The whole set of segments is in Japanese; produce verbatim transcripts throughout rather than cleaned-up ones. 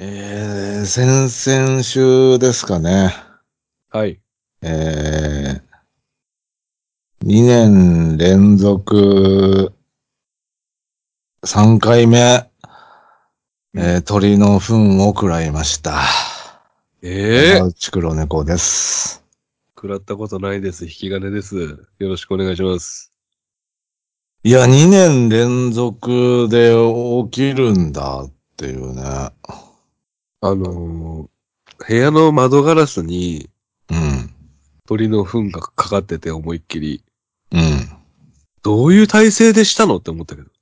えー、先々週ですかね。 はい。 えー、にねん連続さんかいめ、 うん。 えー、鳥の糞を食らいました。山ええー、 内黒猫です。 食らったことないです。引き金です。よろしくお願いします。 いや、にねん連続で起きるんだっていうね。 あのー部屋の窓ガラスにうん。 鳥の糞がかかってて思いっきり、 うん。 どういう体勢でしたのって思ったけど。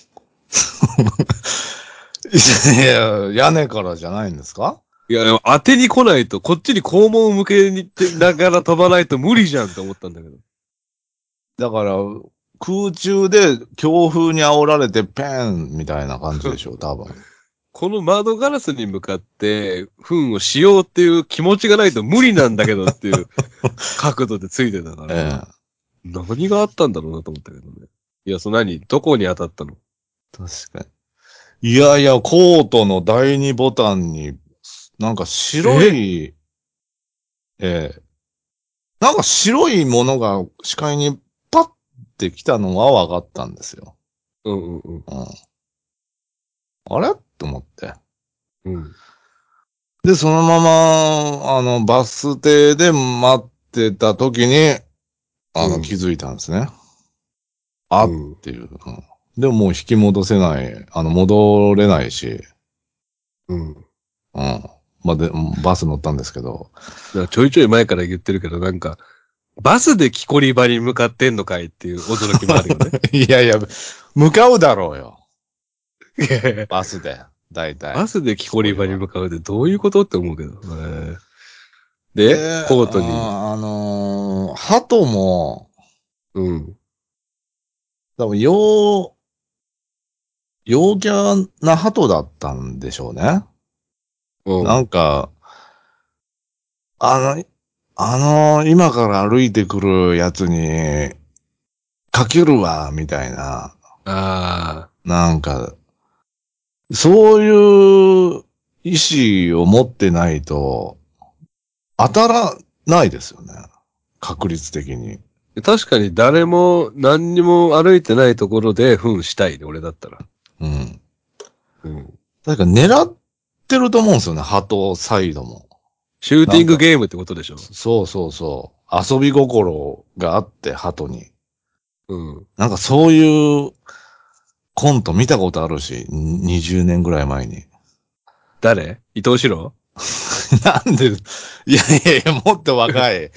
いや、屋根からじゃないんですか？ いや、でも当てに来ないと、こっちに肛門を向けにってながら飛ばないと無理じゃんって思ったんだけど。 だから、空中で強風に煽られてペンみたいな感じでしょ、多分。 この窓ガラスに向かって糞をしようっていう気持ちがないと無理なんだけどっていう角度でついてたから、 ええ。 何があったんだろうなと思ったけどね。いや、その何どこに当たったの？ 確かに。いやいや、コートの第二ボタンに、なんか白えい、ええ、なんか白いものが視界にパッて来たのは分かったんですよ。 うんうんうん。 うん。あれと思って。 うん。 で、そのまま、あの、バス停で待ってた時に、あの、気うん。 づいたんですね。あっうん。 ていう。うん、でももう引き戻せない、あの、戻れないし、 うん。 うん。まあ、で、バス乗ったんですけど。 なんかちょいちょい前から言ってるけど、なんか、バスで木こり場に向かってんのかいっていう驚きもあるよね。 いやいや、向かうだろうよ。バスで。だいたい。 バスで木こり場に木こりは。 向かうってどういうことって思うけど。えーで、 で、 コートに、 あ、あのー鳩も、 うん。 多分、陽、陽キャな鳩だったんでしょうね。なうん。 んか、あの、あの、今から歩いてくるやつに、かけるわ、みたいな。 ああ。 なんか、そういう意志を持ってないと、当たらないですよね。確率的に。 確かに誰も何にも歩いてないところで糞したいね、俺だったら。 うん。 うん。 だから狙ってると思うんですよね、鳩サイドも。 シューテなんか、 ィングゲームってことでしょ？ そうそうそう。遊び心があって、鳩に。 うん。 なんかそういうコント見たことあるし、にじゅうねんぐらい前に。 誰？伊藤四郎？ なんで、いやいやいや、もっと若い。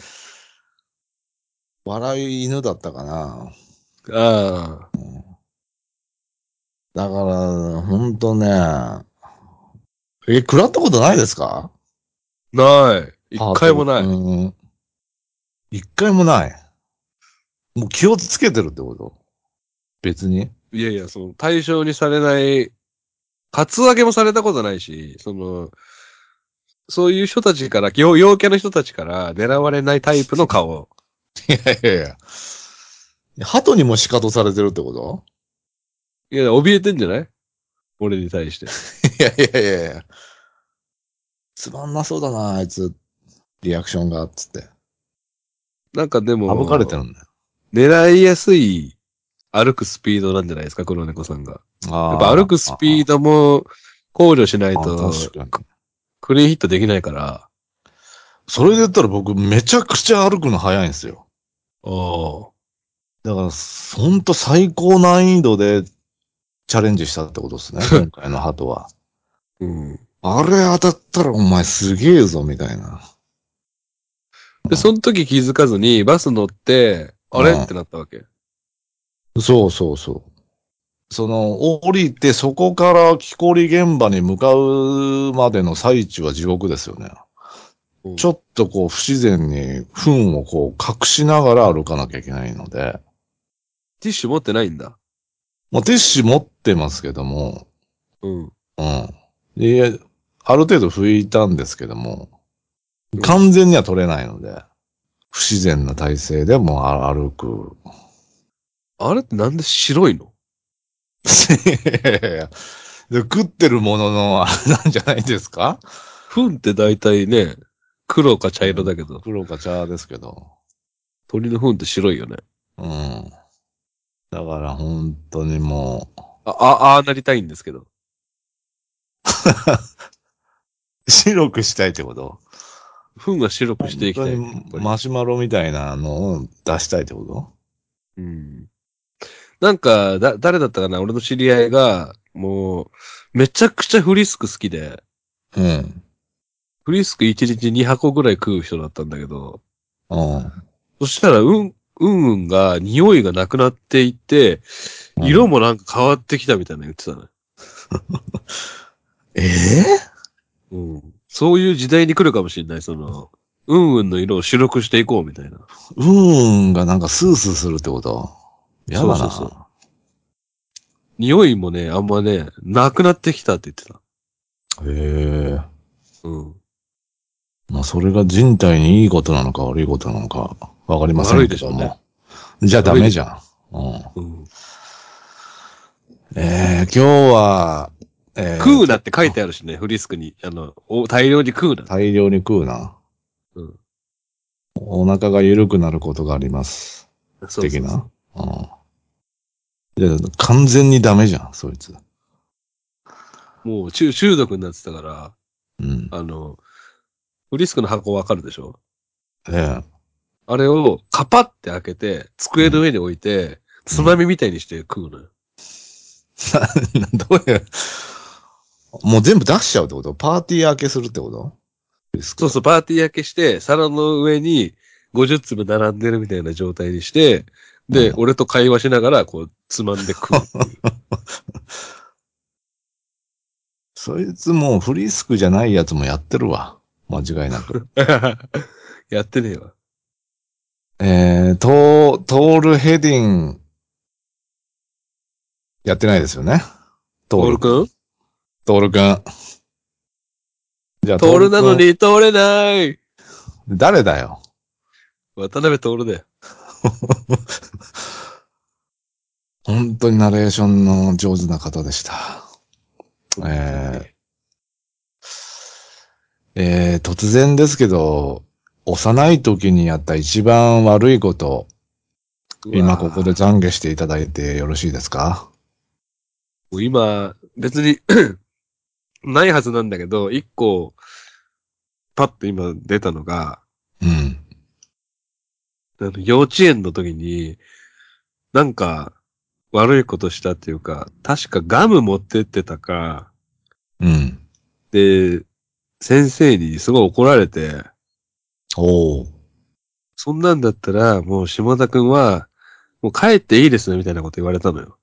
笑い犬だったかな。 ああ。 だから、ほんとね、え、食らったことないですか？ ない。一ハート。う回もない。 ん。一回もない。もう気をつけてるってこと？別に。 いやいや、その対象にされない、カツアゲもされたことないし、その、そういう人たちから、陽陽キャの人たちから狙われないタイプの顔。 いやいやいや。鳩にも仕方されてるってこと？ いや、怯えてんじゃない？俺に対して。 いやいやいやいや。つまんなそうだな、あいつ。リアクションが、つって。 なんかで省かれてるも、 んだよ。 狙いやすい歩くスピードなんじゃないですか、黒猫さんが。やっぱ歩ああ、 くスピーあドも考慮しないあ、あ確と、 かに。 ククリーンヒットできないから。 それで言ったら僕めちゃくちゃ歩くの早いんですよ。 おー。 だから、ほんと最高難易度でチャレンジしたってことですね、今回の鳩は。 うん。 あれ当たったらお前すげえぞ、みたいな。 で、その時気づかずにバス乗って、あれってうん。 なったわけ。 そうそうそう。その、降りてそこから木こり現場に向かうまでの最中は地獄ですよね。 うん。 ちょっとこう不自然に糞をこう隠しながら歩かなきゃいけないので、 ティッシュ持ってないんだ。 まあ、ティッシュ持ってますけども、 うん。 うん。で、ある程度拭いたんですけども、 うん。 完全には取れないので、不自然な体勢でもあ歩く。 あれってなんで白いの？ いやいやいやで食ってるもののあれなんじゃないですか？ 糞って大体ね、黒か茶色だけど、 黒か茶ですけど。 鳥の糞って白いよね。 うん。だから本当にもあ、あ、ああなりたいんですけど。 う、白くしたいってこと？ 糞は白くして本当いきたいね、やっにぱり。 マシュマロみたいなのを出したいってこうん。なんか、だ、誰だったかな俺の知り合いが、もう、めちゃくちゃフリスク好きで、 と？うん。 フリスクいちにちに箱ぐらい食う人だったんだけど、 うん。 そしたら、うん、うんうんが、匂いがなくなっていって、 うん。 色もなんか変わってきたみたいなの言ってたね。 ええうん。そういう時代に来るかもしれない、その、うんうんの色を白くしていこうみたいな。 うーんがなんかスースーするってこと？やだそうそうそう。 な。 匂いもね、あんまね、なくなってきたって言ってた。 へえ。 うん。 まあそれが人体にいいことなのか悪いことなのかわかりませ悪いんでしょうね。 けども。じゃあダ悪いでしょメじゃん。うん。 う。うん。 えー、今日は、えーと、 食うなって書いてあるしね、フリスクに。あの、お大量に食うな。 大量に食うな。 うん。 お腹が緩くなることがあります。的な。 そうそうそう。 うん。じゃあ完全にダメじゃん、そいつ。 もう中、中毒になってたから、 うん。 あの、フリスクの箱わかるでしょ？ ええ。 あれをカパって開けて、机の上に置いて、 うん。 つまみみたいにして食うのよ。 などういう、もう全部出しちゃうってこと？パーティー明けするってことリスク。 そうそう、パーティー焼けして、皿の上にごじゅう粒並んでるみたいな状態にして、で、 うん。 俺と会話しながら、こう、つまんで食うっていう。 そいつもうフリスクじゃないやつもやってるわ。間違いなく。 やってねえわ。 えー、トー、トールヘディン、やってないですよね。トールくん。 トールくんトールくん。じゃあ、トートールなのルくん、 に通れない誰だよ。 渡辺トールだよ。 本当にナレーションの上手な方でした。 本当に。 えー、えー、突然ですけど、幼い時にやった一番悪いこと、 う今ここでわぁ。 懺悔していただいてよろしいですか？ もう今、別にないはずなんだけど、一個、パッと今出たのが、 うん。 あの幼稚園の時に、なんか、悪いことしたっていうか、確かガム持ってってたか、 うん。 で、先生にすごい怒られて、 おー。 そんなんだったら、もう下田くんは、もう帰っていいですね、みたいなこと言われたのよ。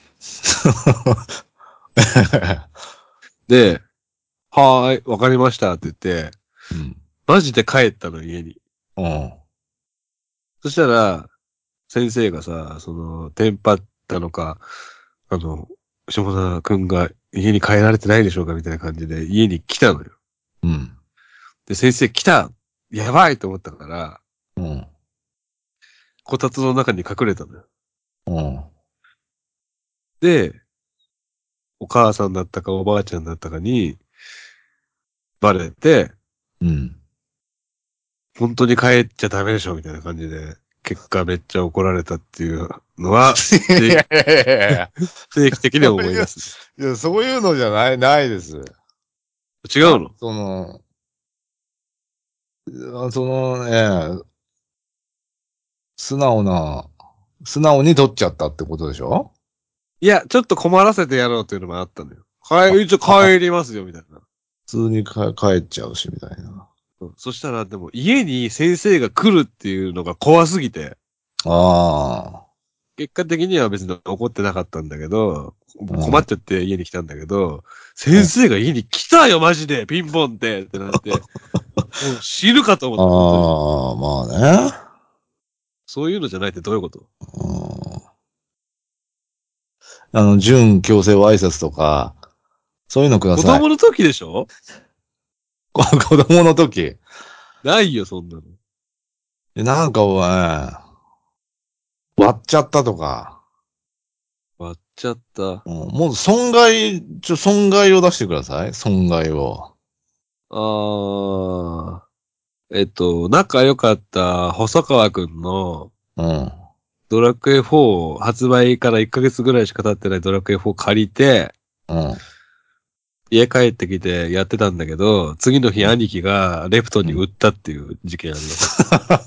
で、はーい、わかりましたって言って、 うん。 マジで帰ったの、家に。 うん。 そしたら、先生がさ、その、テンパったのか、あの、下田くんが家に帰られてないでしょうかみたいな感じで家に来たのよ。 うん。 で、先生来たやばいと思ったから、 うん。 こたつの中に隠れたのよ。 うん。 で、お母さんだったかおばあちゃんだったかにバレて、 うん。 本当に帰っちゃダメでしょみたいな感じで、結果めっちゃ怒られたっていうのは、 いやい定期やいやいや、 定期的にそういう、 思い出す。 いや、そういうのじゃない、ないです。な、 違うの？ その、あそのね、素直な、素直に取っちゃったってことでしょ？ いや、ちょっと困らせてやろうっていうのもあったのよ。帰、一応あ、 帰りますよ、みたいな。 普通にか帰っちゃうし、みたいな。 うんそしたら、でも家に先生が来るっていうのが怖すぎて、 あ結果的には別に怒ってなかったんだけど、 あ、うん。 困っちゃって家に来たんだけど、先生が家に来たよ、マジでピンポンってってなって、もう死ぬかと思った、本当に。 ああ、まあね。 そういうのじゃないってどういうこと？ うん、あの、準強制わいせつとか、そういうのくだ子さい。 供の時でしょ？ こ子供の時。 ないよ、そんなの。 でなんかね、割っちゃったとか。 割っちゃった。 うん、もう損害、ちょ、損害を出してください。損害を。 あー、えっと、仲良かった細川くんのうん。 ドラクエフォー発売からいっかげつぐらいしか経ってないドラクエフォー借りて、 うん。 家帰ってきてやってたんだけど、次の日うん。 兄貴がレプトンにうん。 売ったっていう事件ありました。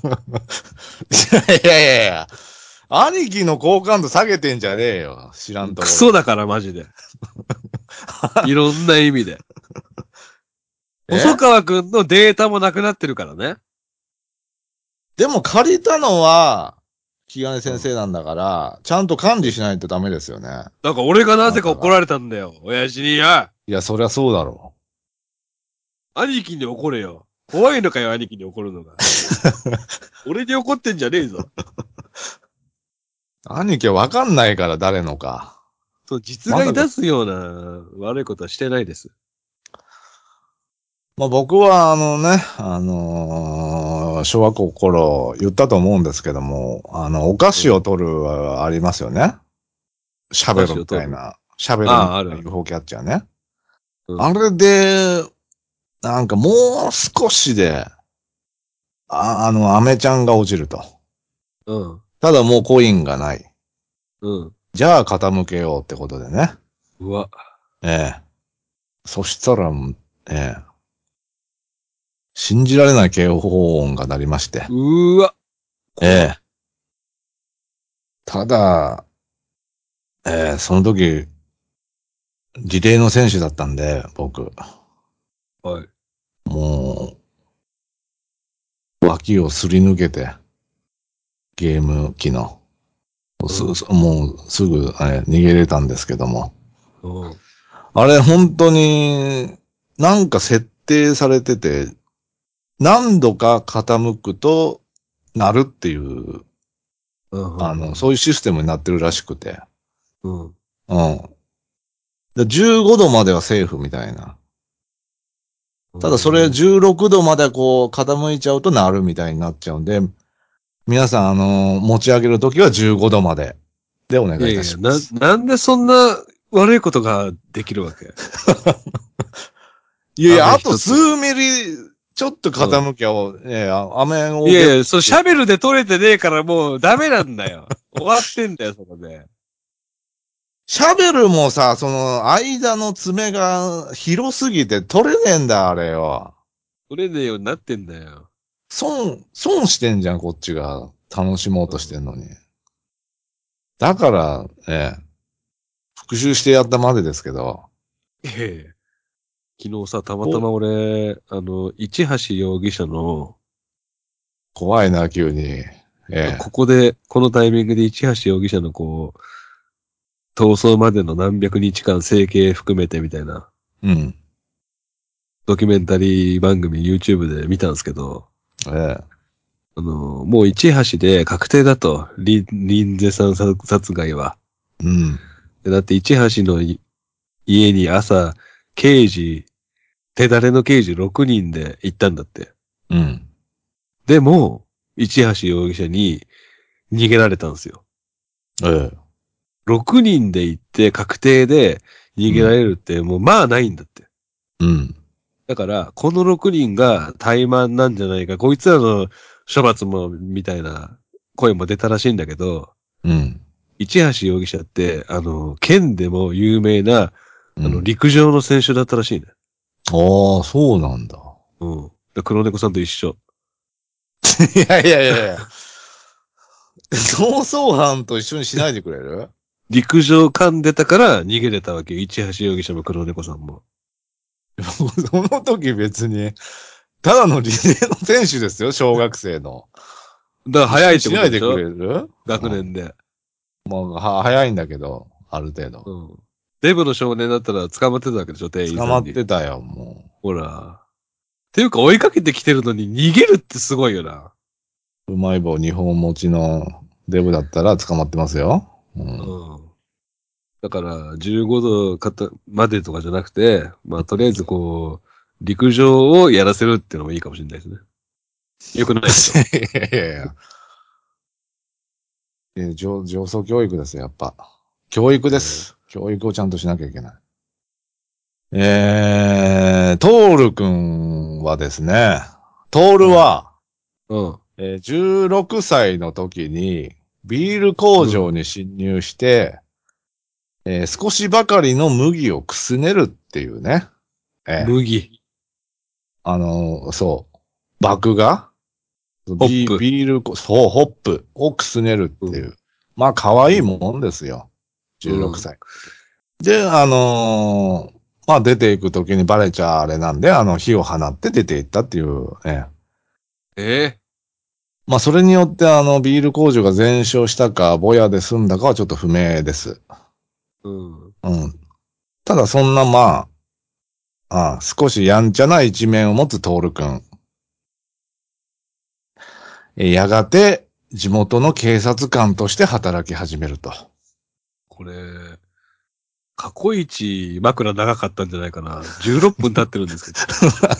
いやいやいや。兄貴の好感度下げてんじゃねえよ。知らんとクころで。 ソだからマジで。いろんな意味で。細え川くんのデータもなくなってるからね。 でも借りたのは、気金うん。 先生なんだから、ちゃんと管理しないとダメですよね。 だから俺がなぜかあなたが。 怒られたんだよ。親父にや。 いや、そりゃそうだろ兄貴に怒れよ。怖いのかよ、兄貴に怒るのが。俺に怒ってんじゃねえぞ。 う。兄貴はわかんないから誰のか。 そう、実害まさか、 出すような悪いことはしてないです。 まあ僕はあのね、あのー小学校頃言ったと思うんですけども、あの、お菓うん。 子を取るはありますよね。シャお菓ベルみ子を取る。 たいな。シャベルみああ、あたいなるある。 ユーフォー キャッチャーね。 うん。 あれで、なんかもう少しで、あ、あの、アメちゃんが落ちると。 うん。 ただもうコインがない。 うん。 じゃあ傾けようってことでね。 うわ。 ええ。そしたら、ええ。信じられない警報音が鳴りまして。 うーわ。怖っ。 ええ。ただ、ええ、その時、リレーの選手だったんで、僕。 はい。 もう、脇をすり抜けて、ゲーム機の。す、 うん。 すもう、すぐ、え逃げれたんですけども。 うん。 あれ、本当に、なんか設定されてて、何度か傾くと、なるっていう、 うん。うあの、 ん。うん。 そういうシステムになってるらしくて。 うん。 うん。でじゅうごどまではセーフみたいな。 うただそれん。 じゅうろくどまでこう傾いちゃうとなるみたいになっちゃうんで、皆さんあの、持ち上げるときはじゅうごどまででお願いいたいやいや、な、 します。 なんでそんな悪いことができるわけ？ いやいや、あと雨一つ。 数ミリ、ちょっとうん。 傾きゃ、ええ、雨をゲットいやいや、そう、シできる。 ャベルで取れてねえからもうダメなんだよ。終わってんだよ、そこで。 シャベルもさ、その間の爪が広すぎて取れねえんだ、あれよ。 取れねえようになってんだよ。 損、損してんじゃん、こっちが。楽しもうとしてんうん。 のに。だから、ええ、復習してやったまでですけど。 ええ。昨日さ、たまたお、 ま俺、あの、市橋容疑者の、 怖いな、急に。ええ。 ここで、このタイミングで市橋容疑者のこう、逃走までの何百日間整形含めてみたいな、 うん。 ドキュメンタリー番組 YouTube で見たんですけど、 ええ。 あの、もう市橋で確定だと、リン、リンゼさん殺殺害は。 うん。 でだって市橋のい家に朝、刑事、手だれの刑事ろくにんで行ったんだって。 うん。 でも、市橋容疑者に逃げられたんですよ。 ええ。 ろくにんで行って確定で逃げらうん。 れるってもうまあないんだって。 うん。 だから、このろくにんが怠慢なんじゃないか、こいつらの処罰も、みたいな声も出たらしいんだけど、 うん。 市橋容疑者って、あの、県でも有名な、あの、 うん。 陸上の選手だったらしいね。 ああ、そうなんだ。 うん。で黒猫さんと一緒。 いやいやいやいや。逃走犯と一緒にしないでくれる？ 陸上噛んでたから逃げれたわけよ。市橋容疑者も黒猫さんも。 その時別に、ただのリレーの選手ですよ、小学生の。 だから一緒に早いってしないでくことでしょ？ れる？ 学うん。 年で。 もう、は、早いんだけど、ある程度。 うん。デブの少年だったら捕まってたわけでしょ、店員捕まっさんに。 てたよ、もほら。っていうか追いかけてきてるのに逃げるってすごいよな。 う。うまい棒二本持ちのデブだったら捕まってますよ。ううん。 ん。だから、じゅうごどかたまでとかじゃなくて、まあ、とりあえずこう、陸上をやらせるっていうのもいいかもしれないですね。よくないけど。 いやいやいや。え上、上層教育ですよ、やっぱ。 教育です。教育をちゃんとしなきゃいけない。えー、トールくんはですね、トールは、 うん。 えーじゅうろくさいの時にビール工場に侵入して、えー少しばかりの麦をくすねるっていうね。えー麦、 あのーそう、麦芽ビー、 ホップ。 ビールこ、そう、ホップをくすねるっていう。 うん。 まあ、可愛いうん。 もんですよ。16 うん。 歳。で、あのーまあ、出ていくときにバレちゃあれなんで、あの、火を放って出ていったっていう、ええ。 えまあ、それによって、あの、ビール工場が全焼したか、ぼやで済んだかはちょっと不明です。 ー、うん。 うん。ただ、そんな、まあ、ああ少しやんちゃな一面を持つトール君。えやがて、地元の警察官として働き始めると。 これ、過去一枕長かったんじゃないかな。じゅうろっぷん経ってるんですけど。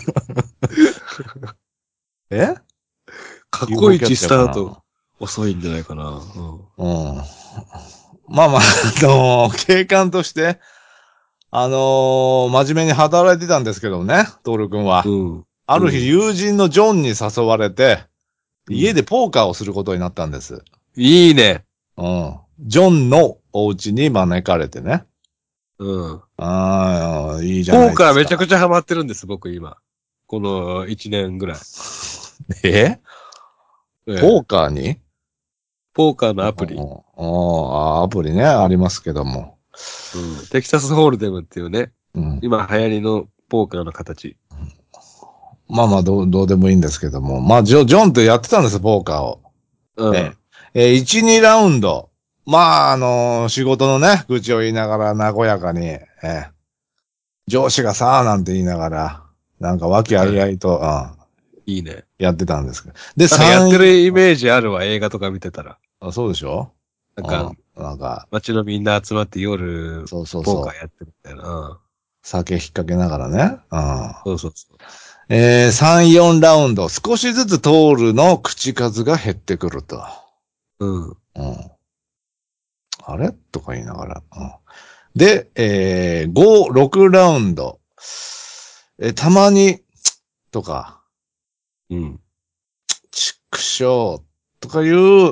え過去 ?ユーフォー キャッ一スチャーかタートな。 遅いんじゃないかな。 うん。まあまあ、あのー警官として、あのー真面目に働いてたんですけどね、トール君は。 うん。うん。 ある日、 うん。 友人のジョンに誘われて、 うん。 家でポーカーをすることになったんです。 いいね。 うん。ジョンのお家に招かれてね。 うん。 ああ、いいじゃポないですか。 ーカーめちゃくちゃハマってるんです、僕今。このいちねんぐらい。 えええ。 ポーカーにポーカーのうんアプリ。 ああ、アプリね、ありますけども。 うん。テキサスホールデムっていうね、 うん。 今流行りのポーカーの形。 まあまあ、どう、どうでもいいんですけども。まあ、ジョ、ジョンってやってたんです、ポーカーを。 うん。 ええ。えー、いち、にラウンド。まあ、あのー仕事のね、愚痴を言いながら、和やかに、ええ。上司がさあ、なんて言いながら、なんか和気あいあいと、うん、 いいね。 やってたんですけど。で、 なんかやっさん、 てるイメージあるわ、映画とか見てたら。 あ、そうでしょなんか、 うん。なんか、 街のみんな集まって夜、 そうそうそう。 ポーカーやってるみたいな。 酒引っ掛けながらね。うん。 うん。そうそうそえー、さん、よんラウンド。少しずつ通るの口数が減ってくると。 う。うん。 うん。あれとか言いながら。うん。で、えー、ご、ろくラウンド。えーたまに、とか、 うん。 チクショーとかいう、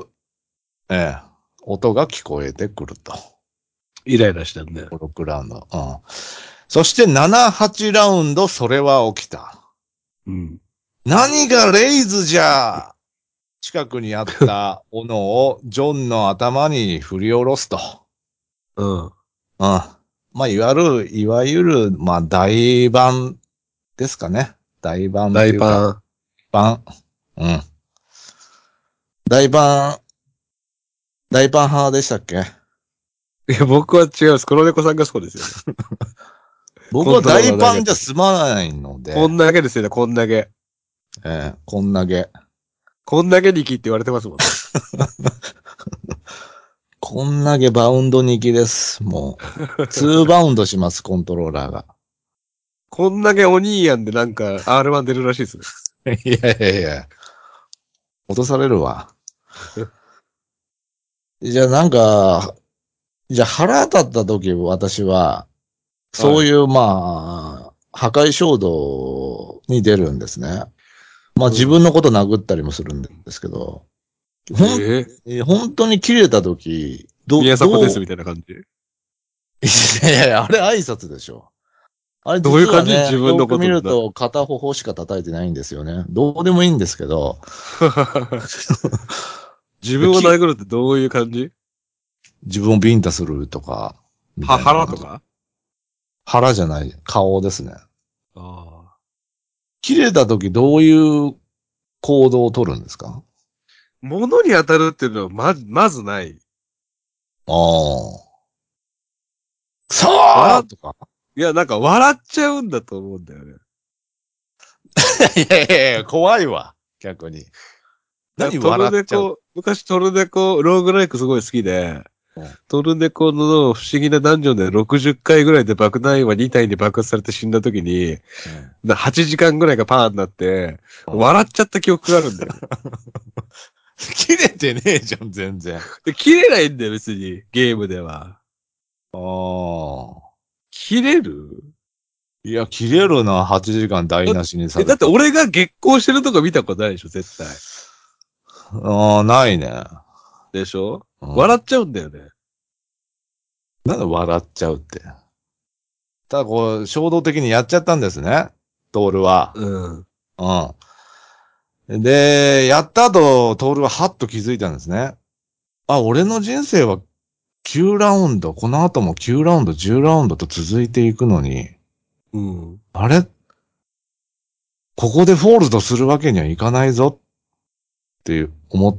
えー音が聞こえてくると。 イライラしたんだよ。 ご、ろくラウンド。うん。そしてなな、はちラウンド、それは起きた。 うん。 何がレイズじゃ近くにあった斧をジョンの頭に振り下ろすと。 うん。 うん。まあ、いわゆる、いわゆる、まあ、大盤ですかね。大盤って大いうか、 パ盤。うん。大盤、大盤派でしたっけ？ ン。いや、僕は違います。黒猫さんがそうですよね。 僕はコントローラー投げて。 大盤じゃ済まないので、 こんだけですよね、こんだけ。 えーこんだけ。 こんだけにきって言われてますもんね。 こんだけバウンドに行きです。もう。ツーバウンドします、コントローラーが。 こんだけお兄やんでなんか アールワン 出るらしいですね。 いやいやいや。落とされるわ。じゃあなんか、じゃあ腹立った時私は、そはい。 ういうまあ、破壊衝動に出るんですね。まあうん。 自分のこと殴ったりもするんですけど、ほん、 ええ、 え本当に切れた時、ど、 宮迫でどう、 すみたいな感じ。 いやいやいや、あれ挨拶でしょ。あれどういう感じ？ 実はね、 自分のよく見ることな。 と片方しか叩いてないんですよね。どうでもいいんですけど、 自分をき殴るってどういう感じ？ 自分をビンタするとか、みは、 たいな感じ。 腹とか？ 腹じゃない、顔ですね。 ああ。 切れた時どういう行動を取るんですか？ 物に当たるっていうのはま、まずない。 ああ。さ笑っ、 あとか。 いや、なんか笑っちゃうんだと思うんだよね。 いやいやいや、怖いわ。逆に。何だトル笑っちゃう。 ネコ、昔トルネコ、ローグライクすごい好きで、 うん。 トルネコの不思議なダンジョンでろくじゅっかいぐらいで爆弾はに体に爆発されて死んだ時に、 うん。 なはちじかんぐらいがパーンになって、 うん。 笑っちゃった記憶があるんだよね。 切れてねえじゃん、全然。 で切れないんだよ、別に、ゲームでは。 ああ。 切れる？ いや、切れるな、はちじかん台無しにさえ、だってれた。 俺が月光してるとこ見たことないでしょ、絶対。 ああ、ないね。 でしょ？ うん。 笑っちゃうんだよね。 なんで笑っちゃうって。ただこう、衝動的にやっちゃったんですね。トールは。 うん。 うん。で、やった後、トールははっと気づいたんですね。あ、俺の人生はきゅうラウンド、この後もきゅうラウンド、じゅうラウンドと続いていくのに、 うん。 あれここでフォールドするわけにはいかないぞって思って、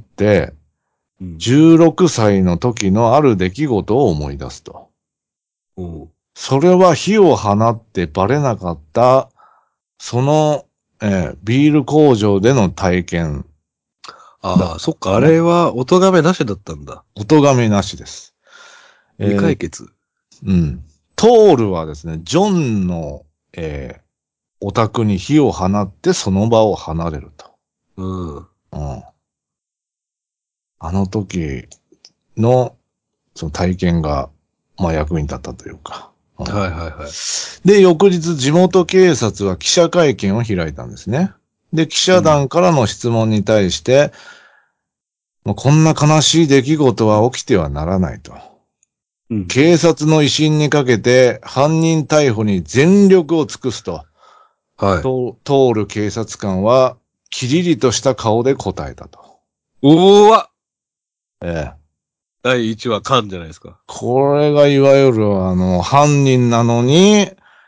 うん。 じゅうろくさいの時のある出来事を思い出すと。 うん。 それは火を放ってバレなかった、その、えービール工場での体験だっああ、そっか、あたんですね。 れは、お咎めなしだったんだ。 お咎めなしです。 未えー解決。 うん。トールはですね、ジョンの、えーお宅に火を放ってその場を離れると。 うん。 うん。あの時の、その体験が、まあ役に立ったというか。うん。 はいはいはい。 で、翌日、地元警察は記者会見を開いたんですね。で、記者うん。 団からの質問に対して、もうこんな悲しい出来事は起きてはならないと。 うん。 警察の威信にかけて犯人逮捕に全力を尽くすと。 はい。 と通る警察官は、キリリとした顔で答えたと。 おーわええ。 だいいちわ、カンじゃないですか。 これがいわゆる、あの、犯人なのに、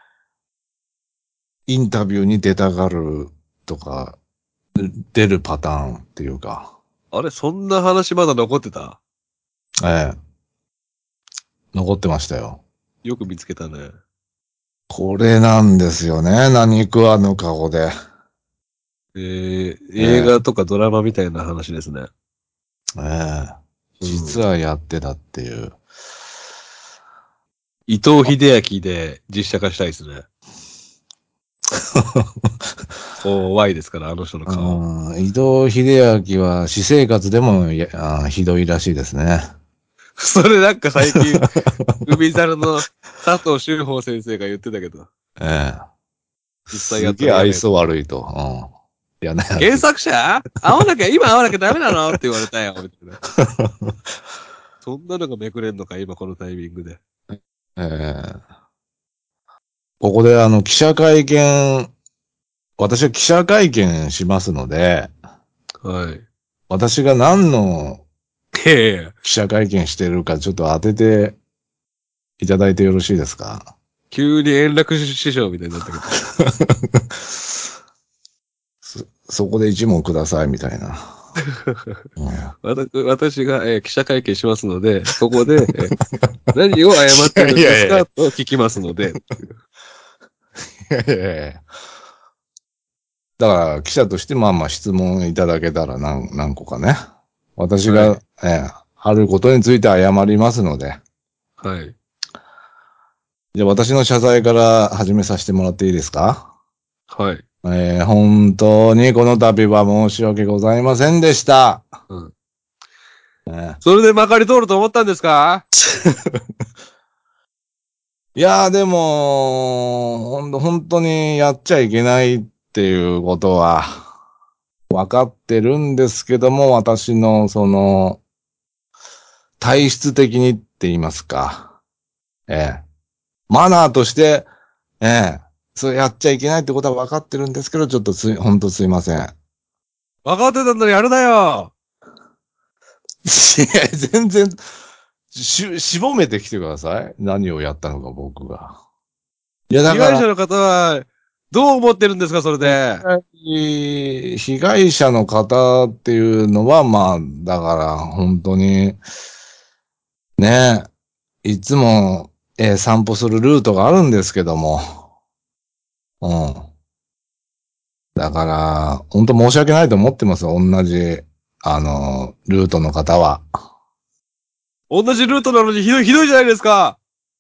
インタビューに出たがるとか、出るパターンっていうか、 あれ、そんな話まだ残ってた？ ええ、残ってましたよ。 よく見つけたね。 これなんですよね。何食わぬ顔で。 えー、映え画とかドラマみたいな話ですね。 え、ええ。 うん。 実はやってたっていう。 伊藤英明で実写化したいですね。怖いですから、あの人の顔。 うん、伊藤英明は私生活でもやあひどいらしいですね。 それなんか最近、海猿の佐藤修法先生が言ってたけど、 ええ。 実際やったすげえ愛想ら嫌なやつ。 悪いと。うん。嫌なや原つ。 作者会わなきゃ、今会わなきゃダメなのって言われたよ、みたいな。そんなのがめくれんのか、今このタイミングで。 ええ。ここであの記者会見、私は記者会見しますので、 はい。 私が何のいやいや、 記者会見してるかちょっと当てていただいてよろしいですか？ 急に円楽師匠みたいになったけど。 そ、そこで一問くださいみたいな。うん、 わた私が、えー記者会見しますので、ここで、えー何を謝ってるんですいやいやいや。 かと聞きますので。 いやいやいや。だから記者としてまあまあ質問いただけたら何、何個かね。私が、 はい。 ええ、あることについて謝りますので。 はい。 じゃあ私の謝罪から始めさせてもらっていいですか？ はい。 えー本当にこの度は申し訳ございませんでした。 うん。 えそれでまかり通ると思ったんですか？ いやーでも、ほんと、本当にやっちゃいけないっていうことは分かってるんですけども、私のその、体質的にって言いますか。ええ。マナーとして、ええ。そうやっちゃいけないってことは分かってるんですけど、ちょっとすい、ほんとすいません。 分かってたんだらやるなよ。 いや、全然、し、絞めてきてください。何をやったのか、僕が。いや、だから、 被害者の方は、どう思ってるんですか、それ被で。 害被害者の方っていうのは、まあ、だから、本当に、ね、いつも、えー散歩するルートがあるんですけども、うん。だから、本当申し訳ないと思ってますよ。同じ、あの、ルートの方は。 同じルートなのにひどい、ひどいじゃないですか。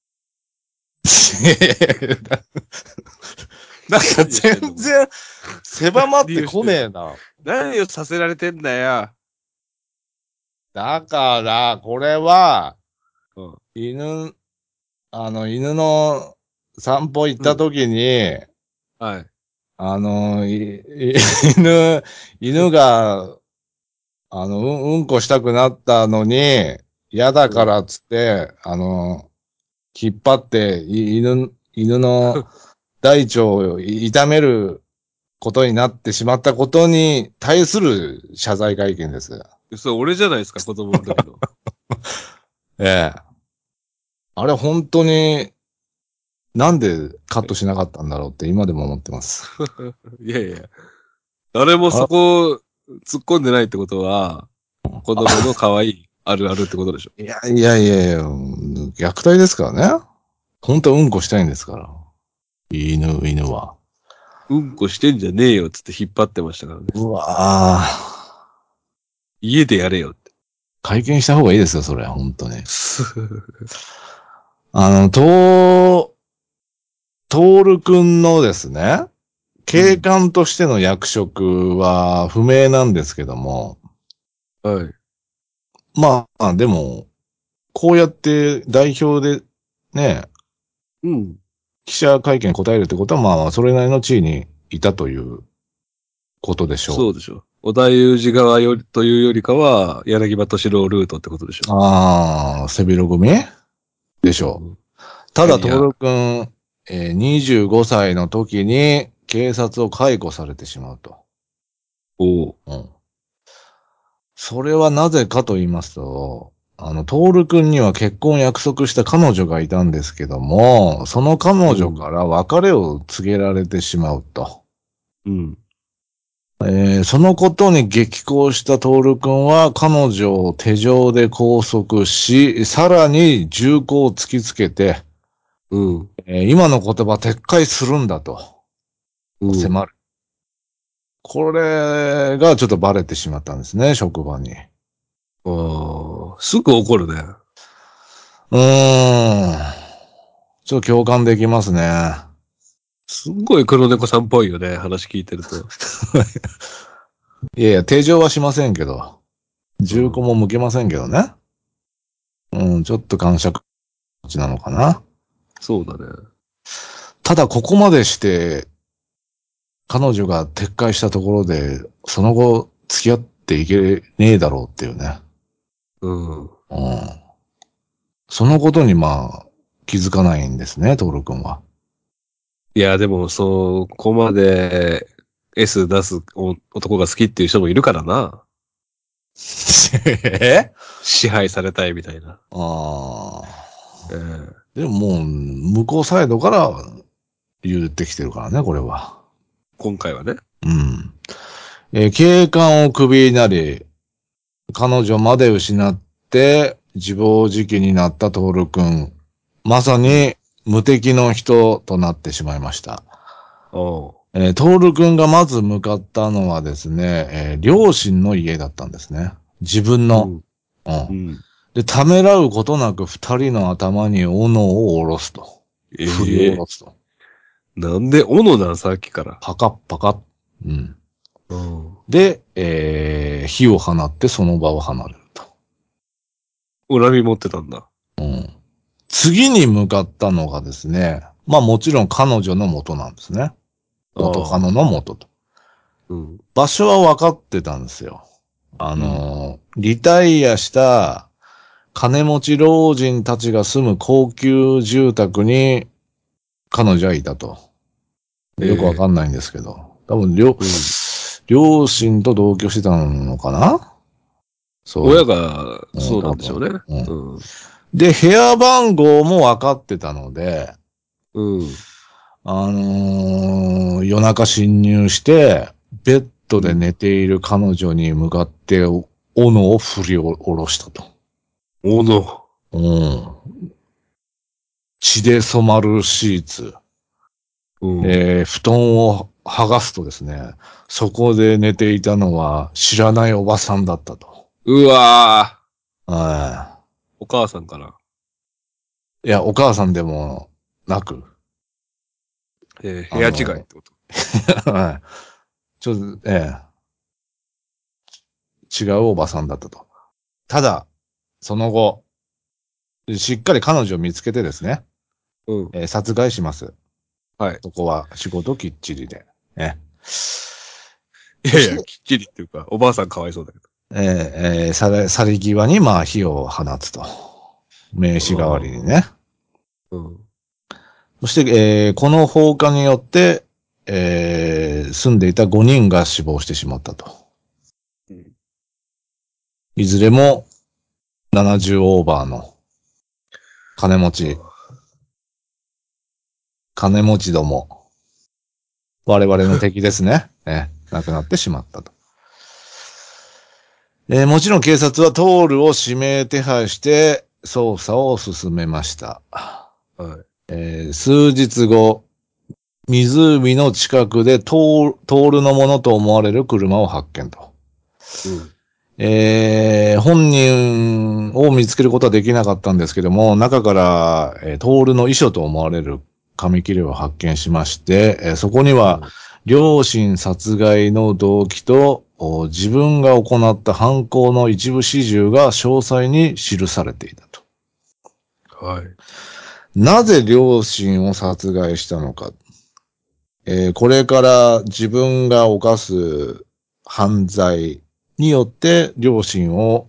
なんか何をしてんの、これ。 全然狭まってこ何をしてんの。 ねえな。 何をさせられてんだよ。 だから、これは、 うん。 犬あの、犬の散歩行った時に、 はい。 あの、いい犬、犬が、あの、うん、うんこしたくなったのに、嫌だからっつって、あの、引っ張って、い犬、犬の大腸を痛めることになってしまったことに対する謝罪会見です。 それ俺じゃないですか、子供の時の。 ええ。あれ本当になんでカットしなかったんだろうって今でも思ってます。 いやいや。誰もそあ、 こ突っ込んでないってことは、子供の可愛いあるあるってことでしょ。 いやいやいやいや、虐待ですからね。本当はうんこしたいんですから。犬、犬は。 うんこしてんじゃねえよっつって引っ張ってましたからね。 うわぁ。 家でやれよって。 会見した方がいいですよ、それ。本当に。あの、と、トールくんのですね、警官としての役職は不明なんですけども、 はい。 まあ、でも、こうやって代表でね、 うん。 記者会見答えるってことは、まあ、それなりの地位にいたということでしょそうでしょ。織田裕二側よりというよりかは、柳葉敏郎ルートってことでしょ。 う。ああ、背広組でしょう。 うん。 ただ、トーキャリア。 ル君、えーにじゅうごさいの時に警察を解雇されてしまうと。 おう。 うん。それはなぜかと言いますと、あの、トール君には結婚を約束した彼女がいたんですけども、その彼女うん。 から別れを告げられてしまうと。 うん。 えーそのことに激高したトール君は彼女を手錠で拘束し、さらに銃口を突きつけて、 うん。 えー今の言葉撤回するんだとうん。 迫る。これがちょっとバレてしまったんですね、職場に。 ああ、すぐ怒るね。 うーん。ちょっと共感できますね。 すんごい黒猫さんっぽいよね、話聞いてると。 いやいや、手錠はしませんけど、銃口うん。 も向けませんけどね。うん、ちょっと感触持ちなのかな。 そうだね。 ただ、ここまでして、彼女が撤回したところで、その後、付き合っていけねえだろうっていうね。 うん。 うん。そのことに、まあ、気づかないんですね、トール君は。 いや、でも、そこまで S 出すお男が好きっていう人もいるからな。 え支配されたいみたいな。 ああ。 ええ、 でももう、向こうサイドから言ってきてるからね、これは。 今回はね。 うん。えー警官をクビになり、彼女まで失って自暴自棄になったトール君。まさうん。 に無敵の人となってしまいました。 おう。 えートール君がまず向かったのはですね、えー両親の家だったんですね。自分の。 うん。 うん。 うん。 で、ためらうことなく二人の頭に斧を下ろすと。振り下ええ、 ろすと。 なんで斧なんさっきから。 パカッパカッ。うん。 うん。 で、えー火を放ってその場を離れると。 恨み持ってたんだ。 うん。次に向かったのがですね、まあもちろん彼女の元なんですね。元カノああ。 の元と。 うん。 場所は分かってたんですよ。あうん。 のー、リタイアした金持ち老人たちが住む高級住宅に彼女はいたと。 えよくわかえ。 んないんですけど。多分、両、 うん。 両親と同居してたのかなそういう。 親がうん、 そうな多分。 んでしょうね。 うん。 うん。 で、部屋番号も分かってたので、 うん。 あのー夜中侵入して、ベッドうん。 で寝ている彼女に向かって、斧を振り下ろしたと。 斧。 うん。血で染まるシーツ。 うん。 えー布団を剥がすとですね、そこで寝ていたのは知らないおばさんだったと。 うわー。 はお母さんかな。 い。いや、お母さんでもなく、 えー部屋違いっあの、 てこと。 はい。ちょっと、ええ、違うおばさんだったと。ただ、その後、しっかり彼女を見つけてですね。 うん。 えー殺害します。 はい。 そこは仕事きっちりで。ね。 いやいや、きっちりっていうか、おばあさんかわいそうだけえーえー、され、去り際に、まあ、火を放つと。名刺代わりにど。 ね。 うん。うん。 そして、えーこの放火によって、えー住んでいたごにんが死亡してしまったと。 うんいずれもななじゅうオーバーの金持ち、金持ちども、我々の敵ですね。えー亡くなってしまったと。えーもちろん警察はトールを指名手配して捜査を進めました。 はい。 えー数日後、湖の近くでトール、トールのものと思われる車を発見と。 うん。 えー本人を見つけることはできなかったんですけども、中から、えートールの遺書と思われる紙切れを発見しまして、えーそこには、両親殺害の動機と、お自分が行った犯行の一部始終が詳細に記されていたと。 はい。 なぜ両親を殺害したのか。えーこれから自分が犯す犯罪によって両親を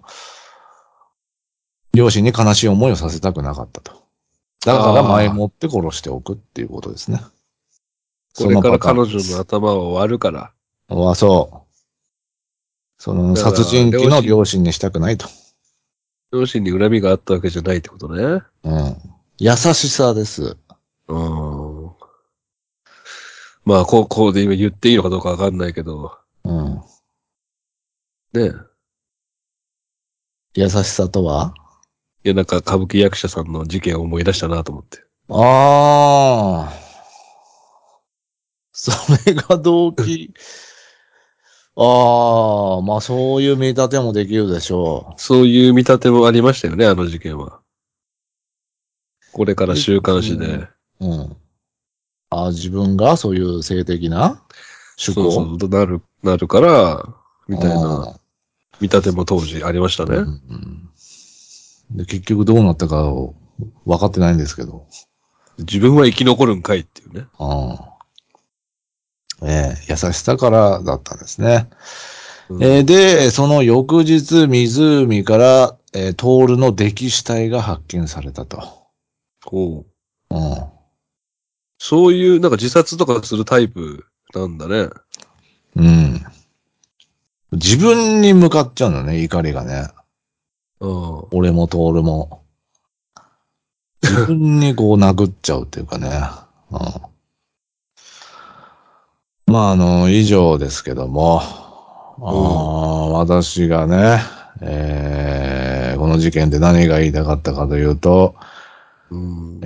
両親に悲しい思いをさせたくなかったと。だから前ああ、 もって殺しておくっていうことですね。 これそのパターから彼女のンです。 頭を割るから。 あ、そう。そのだから、 殺人鬼両親、 の両親にしたくないと。 両親に恨みがあったわけじゃないってことね。 うん。優しさです。 うん。まあ、こう、こうで今言っていいのかどうかわかんないけど、 うん。 ね。 優しさとは。 いや、なんか歌舞伎役者さんの事件を思い出したなと思って。 ああ、それが動機。ああ、まあそういう見立てもできるでしょそういう見立てもありましたよね、あの事件は。これかう。え、 ら週刊誌うん。 で。 うん。あ、自分がそういう性的な趣向。 そうそう、なる、なるから、みたいなああ。 見立ても当時ありましたうんうね。 ん。で、結局どうなったか分かってないんですけど。 自分は生き残るんかいっていうね。 ああ、ええ優しさからだったんですね。 うん。 えーで、その翌日、湖から、えートールの溺死体が発見されたと。 こう。 うん。 そういう、なんか自殺とかするタイプなんだね。 うん。自分に向かっちゃうんだね、怒りがね。 うん。 俺もトールも。自分にこう殴っちゃうっていうかね。うん。まあ、あの、以上ですけども。 うん。 あー私がね、えーこの事件で何が言いたかったかというと、 うん。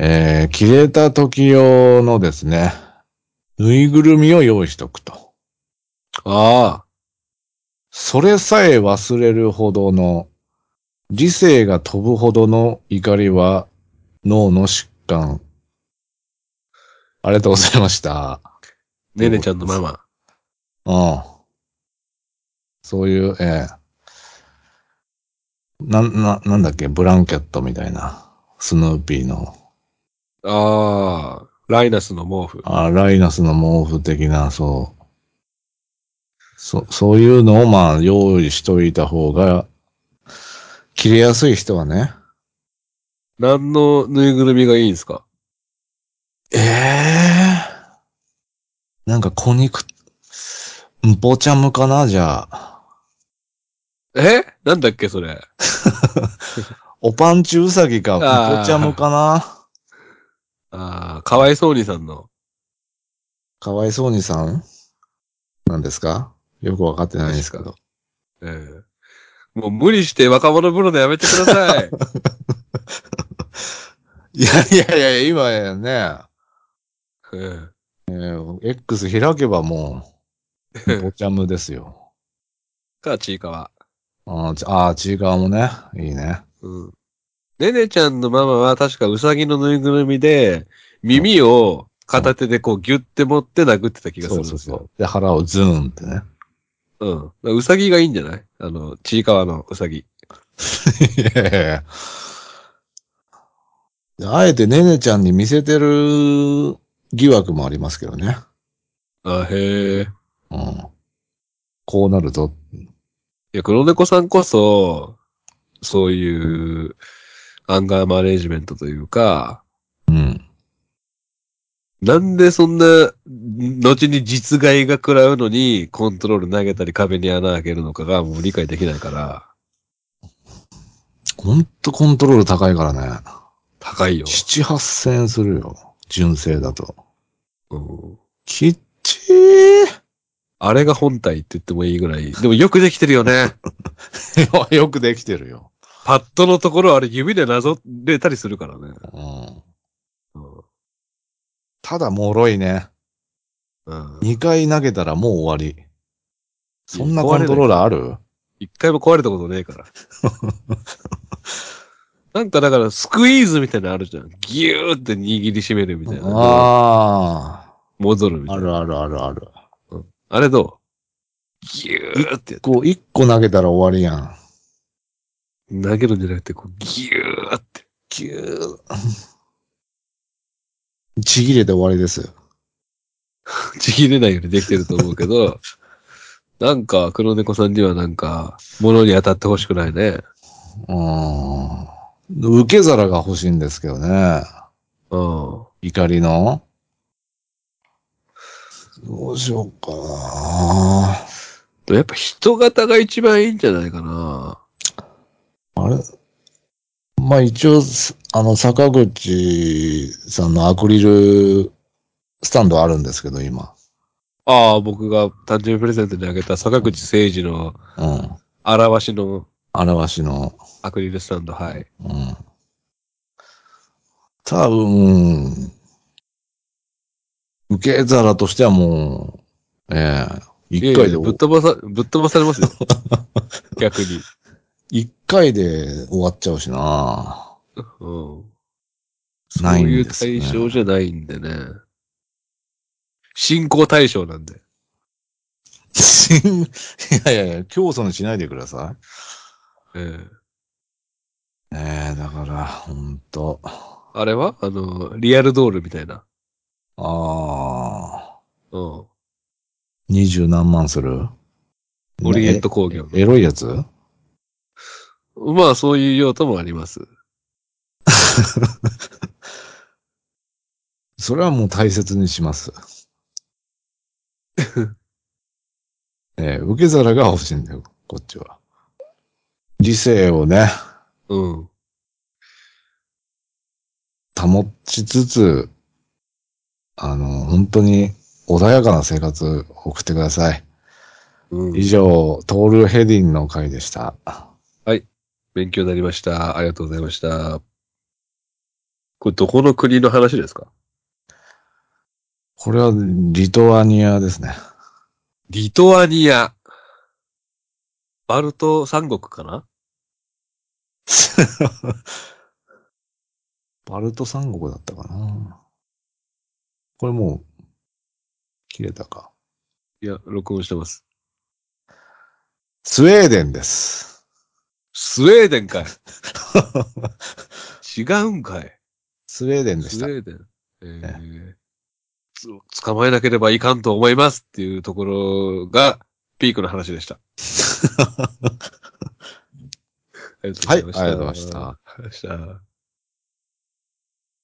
えー切れた時用のですね、ぬいぐるみを用意しとくと。 ああ。 それさえ忘れるほどの、理性が飛ぶほどの怒りは脳の疾患。ありがとうございました。というねねちゃことです。 んのママ。 うん。そういう、えーな、な、なんだっけ、ブランケットみたいな。スヌーピーの。 ああ。ライナスの毛布。 あ、ライナスの毛布的な、そう。そ、そういうのをまあ用意しといた方が、切れやすい人はね。 何のぬいぐるみがいいんすか？ ええー、なんか子肉、んぽちゃむかなじゃあ。 えなんだっけそれ。 おパンチウサギか、んぽちゃむかあな。 あ。ああ。かわいそうにさんの。 かわいそうにさんなんですか？よくわかってないんです確か。 けど。 ええもう無理して若者風呂でやめてください。 いやいやいや、今やね、 え X 開けばもう、んぽえちゃむですよ。 か、ちいかわ。 あーちあー、ちいかわもね、いいね。 うん。ねねちゃんのママは確かウサギのぬいぐるみで、 うん、 耳をうん、 片手でこうギュッて持って殴ってた気がそするんですよ。 うそうそう。で、腹をズーンってね。 うん。ウサギがいいんじゃないあの、ちいかわのウサギ。 いやいやいやあえてねねちゃんに見せてる疑惑もありますけどね。 あ、へえ。 うん。こうなるぞ。 いや、黒猫さんこそ、そういうアンガーマネジメントというか、 うん。 なんでそんな、後に実害が食らうのに、コントロール投げたり壁に穴開けるのかがもう理解できないから、 ほんとコントロール高いからね。 高いよ。 七八千円するよ。純正だと。 うん、 きっちー。 あれが本体って言ってもいいぐらい。でもよくできてるよね。 よくできてるよ。 パッドのところあれ指でなぞれたりするからね。 うん。 うん。 ただ脆いね。 うん。 にかい投げたらもう終わり。 いやそんなコントロー壊れないから。 ラーある？ 一回も壊れたことねえから。なんかだからスクイーズみたいなのあるじゃん。ギューって握りしめるみたいな。で、 あ戻るみあ。あたいな。 るあるあるある。 うん。あれどうギュ一ーってやって。 個、一個投げたら終わりやん。 投げるんじゃなくて、こうギューって。 キュー。ちぎれて終わりですよ。 ちぎれないようにできてると思うけど、なんか黒猫さんにはなんか、物に当たってほしくないね。 うん。受け皿が欲しいんですけどね。 うん。 怒りの。どうしようかな。 やっぱ人型が一番いいんじゃないかな。 あれまあ一応、あの、坂口さんのアクリルスタンドあるんですけど、今。 ああ、僕が誕生日プレゼントにあげた坂口誠二のうん。 表しの表しの。 アクリルスタンド、はい。 うん。多分、受け皿としてはもう、ええ一回で、 いやいや、ぶっ飛ばさ、ぶっ飛ばされますよ。逆に。 一回で終わっちゃうしな。 うん。 ないそういうんですよね。 対象じゃないんでね。信仰対象なんで。 いやいやいや、競争にしないでくださええ。 い。ねえ、だから、ほんと。 あれはあの、リアルドールみたいな。 ああ、 うん。 二十何万するなえ、 オリエント工え業の。 エロいやつ？ まあ、そういう用途もあります。 それはもう大切にします。えー受け皿が欲しいんだよ、こっちは。理性をね、 うん。 保ちつつ、あの、本当に穏やかな生活を送ってください。以うん。 上、トールヘディンの回でした。 はい。勉強になりました。ありがとうございました。これどこの国の話ですか？ これはリトアニアですね。 リトアニア。バルト三国かな？ バルト三国だったかな。これもう切れたか。 いや、録音してます。 スウェーデンです。 スウェーデンかい。違うんかい。 スウェーデンでした。 スウェーデン。えねー、つ捕まえなければいかんと思いますっていうところがピークの話でした。ありがとうごはい、ありざいました。 がとうございましありがとうた。 ございました。